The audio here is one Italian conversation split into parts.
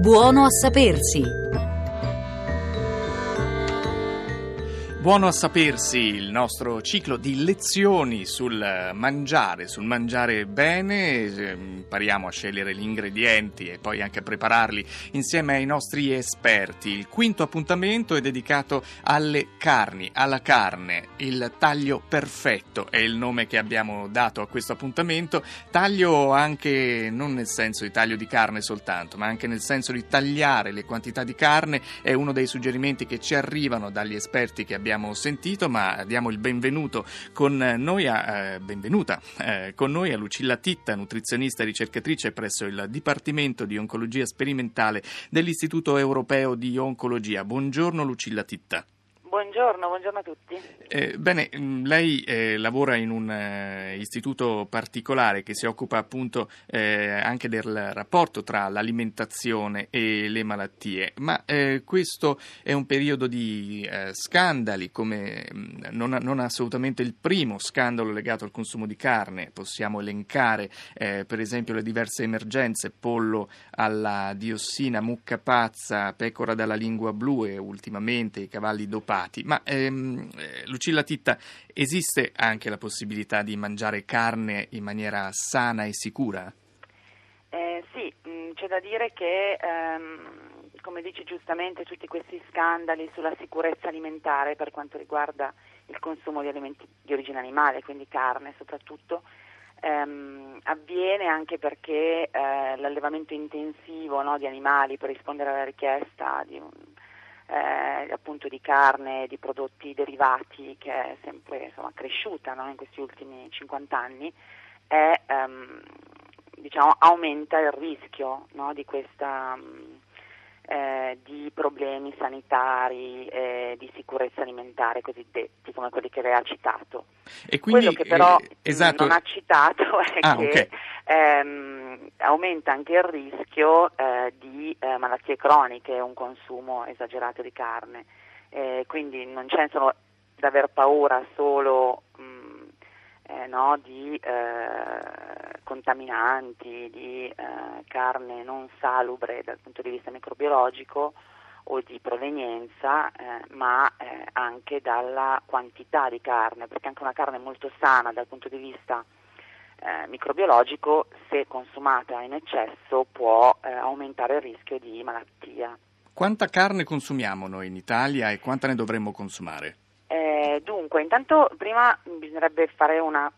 Buono a sapersi. Buono a sapersi, il nostro ciclo di lezioni sul mangiare bene. Impariamo a scegliere gli ingredienti e poi anche a prepararli insieme ai nostri esperti. Il quinto appuntamento è dedicato alle carni, alla carne. Il taglio perfetto è il nome che abbiamo dato a questo appuntamento. Taglio anche non nel senso di taglio di carne soltanto, ma anche nel senso di tagliare le quantità di carne. È uno dei suggerimenti che ci arrivano dagli esperti che abbiamo sentito, ma diamo il benvenuto con noi con noi a Lucilla Titta, nutrizionista e ricercatrice presso il Dipartimento di Oncologia Sperimentale dell'Istituto Europeo di Oncologia. Buongiorno Lucilla Titta. Buongiorno a tutti. Bene, lei lavora in un istituto particolare che si occupa appunto anche del rapporto tra l'alimentazione e le malattie, ma questo è un periodo di scandali, come non assolutamente il primo scandalo legato al consumo di carne. Possiamo elencare per esempio le diverse emergenze: pollo alla diossina, mucca pazza, pecora dalla lingua blu e ultimamente i cavalli dopati. Ma Lucilla Titta, esiste anche la possibilità di mangiare carne in maniera sana e sicura? Sì, c'è da dire che, come dice giustamente, tutti questi scandali sulla sicurezza alimentare per quanto riguarda il consumo di alimenti di origine animale, quindi carne soprattutto, avviene anche perché l'allevamento intensivo, no, di animali per rispondere alla richiesta di appunto di carne, di prodotti derivati, che è sempre cresciuta, no, in questi ultimi 50 anni, aumenta il rischio, no, di questa di problemi sanitari di sicurezza alimentare cosiddetti, come quelli che lei ha citato. E quindi, quello che però esatto. non ha citato è che aumenta anche il rischio di malattie croniche, un consumo esagerato di carne, quindi non c'è solo da aver paura solo di contaminanti, di carne non salubre dal punto di vista microbiologico o di provenienza, ma anche dalla quantità di carne, perché anche una carne molto sana dal punto di vista microbiologico, se consumata in eccesso, può aumentare il rischio di malattia. Quanta carne consumiamo noi in Italia e quanta ne dovremmo consumare? Dunque, intanto prima bisognerebbe fare una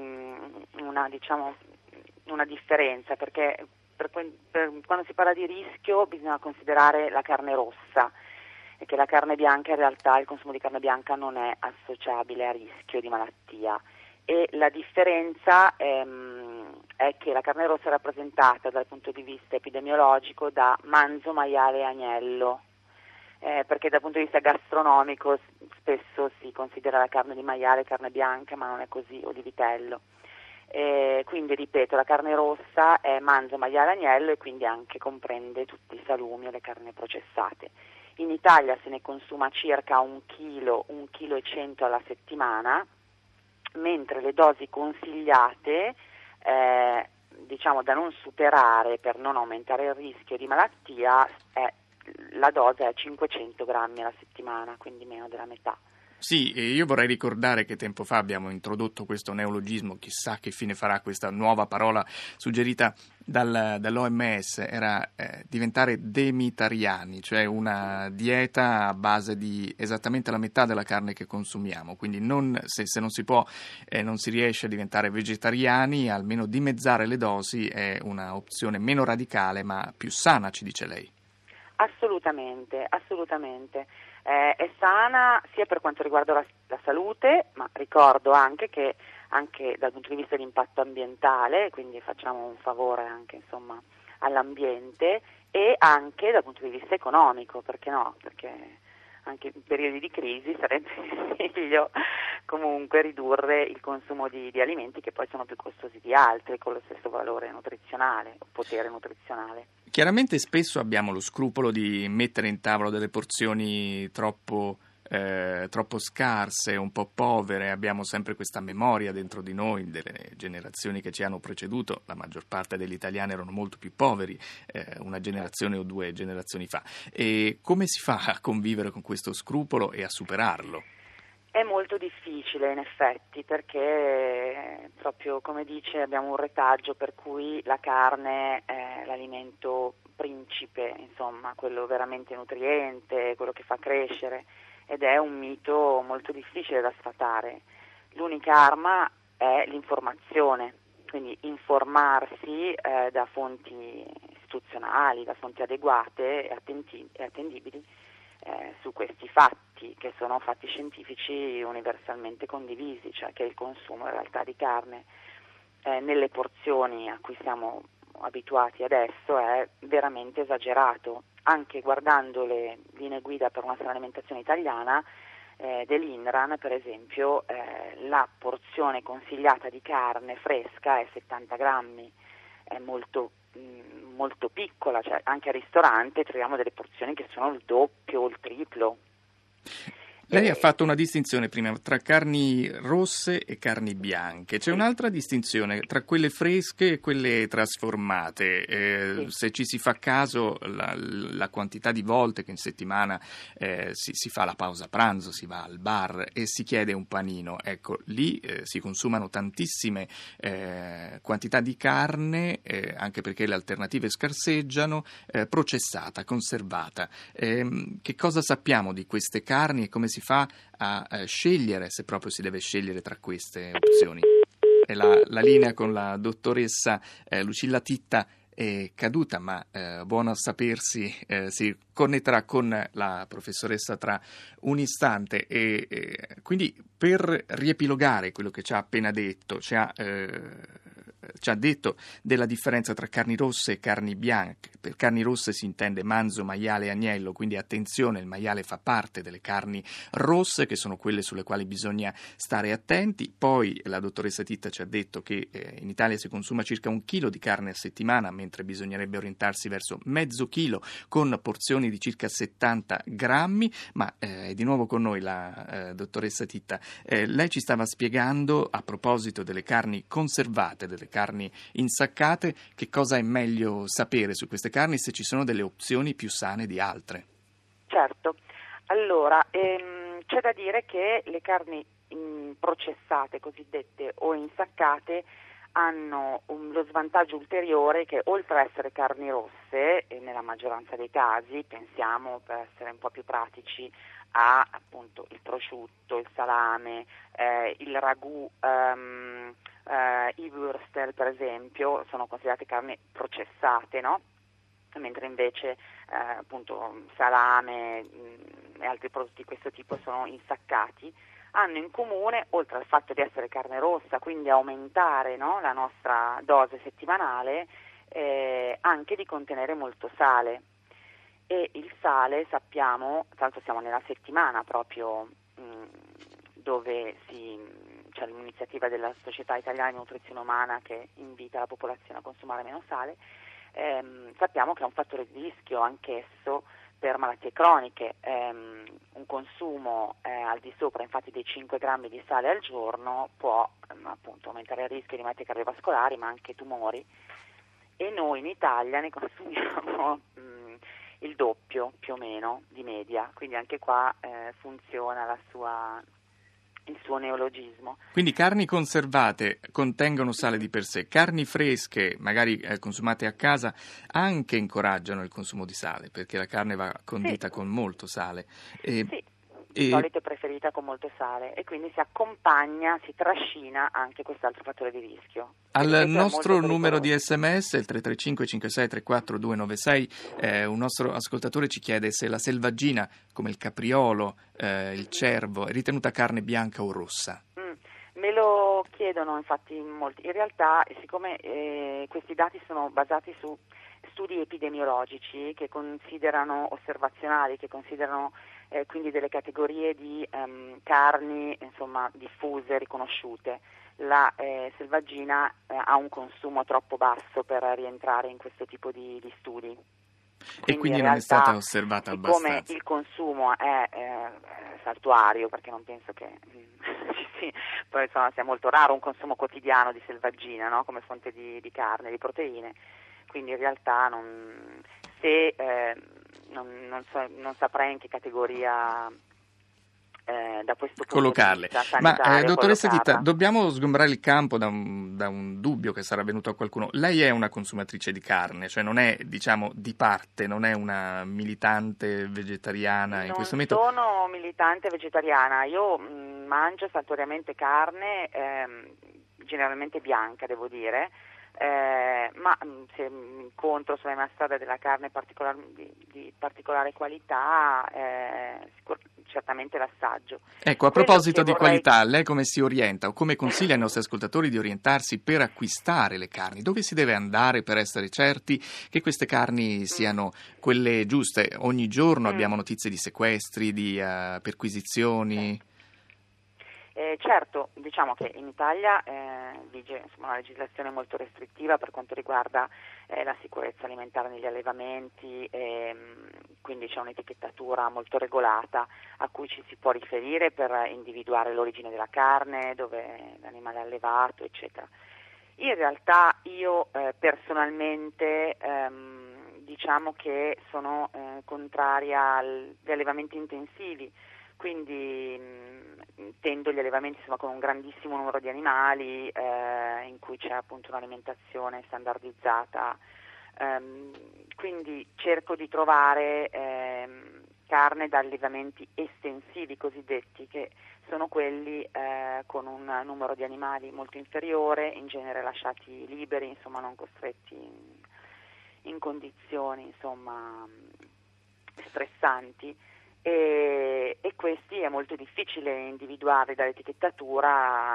differenza, perché per quando si parla di rischio bisogna considerare la carne rossa, e che la carne bianca, in realtà il consumo di carne bianca non è associabile a rischio di malattia, e la differenza è che la carne rossa è rappresentata dal punto di vista epidemiologico da manzo, maiale e agnello, perché dal punto di vista gastronomico spesso si considera la carne di maiale carne bianca, ma non è così, o di vitello. Quindi ripeto, la carne rossa è manzo, maiale, agnello, e quindi anche comprende tutti i salumi e le carni processate. In Italia se ne consuma circa 1 chilo e 100 alla settimana, mentre le dosi consigliate da non superare per non aumentare il rischio di malattia, la dose è 500 grammi alla settimana, quindi meno della metà. Sì, e io vorrei ricordare che tempo fa abbiamo introdotto questo neologismo, chissà che fine farà questa nuova parola suggerita dall'OMS, era diventare demitariani, cioè una dieta a base di esattamente la metà della carne che consumiamo, quindi se non si può, non si riesce a diventare vegetariani, almeno dimezzare le dosi è una opzione meno radicale ma più sana, ci dice lei. Assolutamente. È sana sia per quanto riguarda la salute, ma ricordo anche che anche dal punto di vista dell'impatto ambientale, quindi facciamo un favore anche all'ambiente, e anche dal punto di vista economico, perché no? Perché anche in periodi di crisi sarebbe meglio comunque ridurre il consumo di alimenti che poi sono più costosi di altri, con lo stesso valore nutrizionale o potere nutrizionale. Chiaramente spesso abbiamo lo scrupolo di mettere in tavola delle porzioni troppo troppo scarse, un po' povere, abbiamo sempre questa memoria dentro di noi delle generazioni che ci hanno preceduto, la maggior parte degli italiani erano molto più poveri, una generazione o due generazioni fa. E come si fa a convivere con questo scrupolo e a superarlo? È molto difficile in effetti, perché proprio come dice abbiamo un retaggio per cui la carne è l'alimento principe, insomma, quello veramente nutriente, quello che fa crescere, ed è un mito molto difficile da sfatare. L'unica arma è l'informazione, quindi informarsi da fonti istituzionali, da fonti adeguate e attendibili su questi fatti, che sono fatti scientifici universalmente condivisi, cioè che il consumo in realtà di carne nelle porzioni a cui siamo abituati adesso è veramente esagerato. Anche guardando le linee guida per una sana alimentazione italiana dell'INRAN, per esempio, la porzione consigliata di carne fresca è 70 grammi, è molto piccola, cioè anche al ristorante troviamo delle porzioni che sono il doppio o il triplo. Lei ha fatto una distinzione prima tra carni rosse e carni bianche. C'è un'altra distinzione tra quelle fresche e quelle trasformate. Se ci si fa caso, la quantità di volte che in settimana si fa la pausa pranzo, si va al bar e si chiede un panino, ecco, lì si consumano tantissime quantità di carne, anche perché le alternative scarseggiano, processata, conservata. Che cosa sappiamo di queste carni e come si fa a scegliere, se proprio si deve scegliere tra queste opzioni? E la linea con la dottoressa Lucilla Titta è caduta, ma buono a sapersi, si connetterà con la professoressa tra un istante e quindi per riepilogare quello che ci ha appena detto, ci ha detto della differenza tra carni rosse e carni bianche. Per carni rosse si intende manzo, maiale e agnello, quindi attenzione, il maiale fa parte delle carni rosse, che sono quelle sulle quali bisogna stare attenti. Poi la dottoressa Titta ci ha detto che in Italia si consuma circa 1 chilo di carne a settimana, mentre bisognerebbe orientarsi verso mezzo chilo con porzioni di circa 70 grammi, ma è di nuovo con noi la dottoressa Titta. Lei ci stava spiegando, a proposito delle carni conservate, delle carni insaccate, che cosa è meglio sapere su queste carni, se ci sono delle opzioni più sane di altre. Certo, allora c'è da dire che le carni processate, cosiddette, o insaccate, hanno lo svantaggio ulteriore che, oltre a essere carni rosse, e nella maggioranza dei casi, pensiamo, per essere un po' più pratici, a appunto il prosciutto, il salame, il ragù, i würstel per esempio, sono considerate carni processate, no? Mentre invece appunto salame e altri prodotti di questo tipo sono insaccati, hanno in comune, oltre al fatto di essere carne rossa, quindi aumentare, no, la nostra dose settimanale, anche di contenere molto sale. E il sale, sappiamo, tanto siamo nella settimana proprio dove c'è l'iniziativa della Società Italiana di Nutrizione Umana che invita la popolazione a consumare meno sale, sappiamo che è un fattore di rischio anch'esso per malattie croniche. Un consumo al di sopra infatti dei 5 grammi di sale al giorno può appunto aumentare il rischio di malattie cardiovascolari, ma anche tumori, e noi in Italia ne consumiamo il doppio più o meno di media, quindi anche qua funziona il suo neologismo. Quindi carni conservate contengono sale di per sé, carni fresche, magari consumate a casa, anche incoraggiano il consumo di sale, perché la carne va condita con molto sale. Sì. Di solito è preferita con molto sale e quindi si accompagna, si trascina anche quest'altro fattore di rischio. Al nostro numero di SMS, il 335 56 34 296, un nostro ascoltatore ci chiede se la selvaggina, come il capriolo, il cervo, è ritenuta carne bianca o rossa. Me lo chiedono infatti molti. In realtà, siccome questi dati sono basati su studi epidemiologici che considerano osservazionali, che considerano quindi delle categorie di carni insomma diffuse, riconosciute, la selvaggina ha un consumo troppo basso per rientrare in questo tipo di studi. E Quindi quindi in non è stata realtà, osservata siccome abbastanza. il consumo è saltuario, perché non penso che poi insomma sia molto raro un consumo quotidiano di selvaggina, no? Come fonte di carne, di proteine, quindi in realtà non saprei in che categoria da questo punto di Collocarle. vista Ma sanitario dottoressa Titta, collocarla. dobbiamo sgombrare il campo da un dubbio che sarà venuto a qualcuno. Lei è una consumatrice di carne, cioè non è, diciamo, di parte, non è una militante vegetariana in questo Non momento. sono militante vegetariana, io mangio saltuariamente carne, generalmente bianca devo dire, ma se incontro sulla mia strada della carne di particolare qualità, certamente l'assaggio. Ecco, a Quello proposito che di vorrei... qualità, lei come si orienta o come consiglia ai nostri ascoltatori di orientarsi per acquistare le carni? Dove si deve andare per essere certi che queste carni siano quelle giuste? Ogni giorno abbiamo notizie di sequestri, di perquisizioni. Certo, diciamo che in Italia vige una legislazione molto restrittiva per quanto riguarda la sicurezza alimentare negli allevamenti, quindi c'è un'etichettatura molto regolata a cui ci si può riferire per individuare l'origine della carne, dove l'animale è allevato, eccetera. In realtà io personalmente diciamo che sono contraria agli allevamenti intensivi, quindi intendo gli allevamenti insomma, con un grandissimo numero di animali in cui c'è appunto un'alimentazione standardizzata, quindi cerco di trovare carne da allevamenti estensivi cosiddetti, che sono quelli con un numero di animali molto inferiore, in genere lasciati liberi, insomma non costretti in condizioni insomma stressanti. E questi è molto difficile individuarli dall'etichettatura,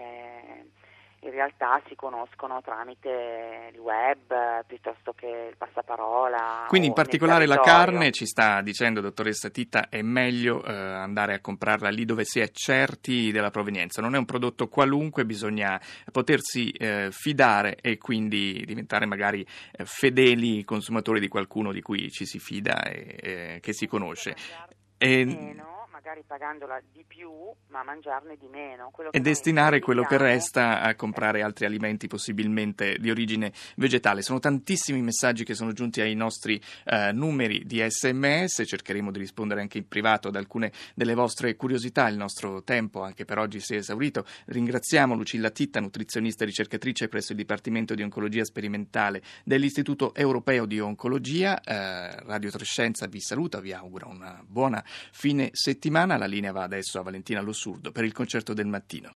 in realtà si conoscono tramite il web piuttosto che il passaparola Quindi in o nel particolare la territorio. carne, ci sta dicendo dottoressa Titta, è meglio andare a comprarla lì dove si è certi della provenienza. Non è un prodotto qualunque, bisogna potersi fidare e quindi diventare magari fedeli consumatori di qualcuno di cui ci si fida e che si conosce. Meno, magari pagandola di più, ma mangiarne di meno. Quello E che noi destinare quello che auspichiamo... resta a comprare altri alimenti possibilmente di origine vegetale. Sono tantissimi messaggi che sono giunti ai nostri numeri di SMS, cercheremo di rispondere anche in privato ad alcune delle vostre curiosità. Il nostro tempo anche per oggi si è esaurito. Ringraziamo Lucilla Titta, nutrizionista e ricercatrice presso il Dipartimento di Oncologia Sperimentale dell'Istituto Europeo di Oncologia. Radio Trescenza vi saluta, vi augura una buona fine settimana. La linea va adesso a Valentina Lossurdo per il concerto del mattino.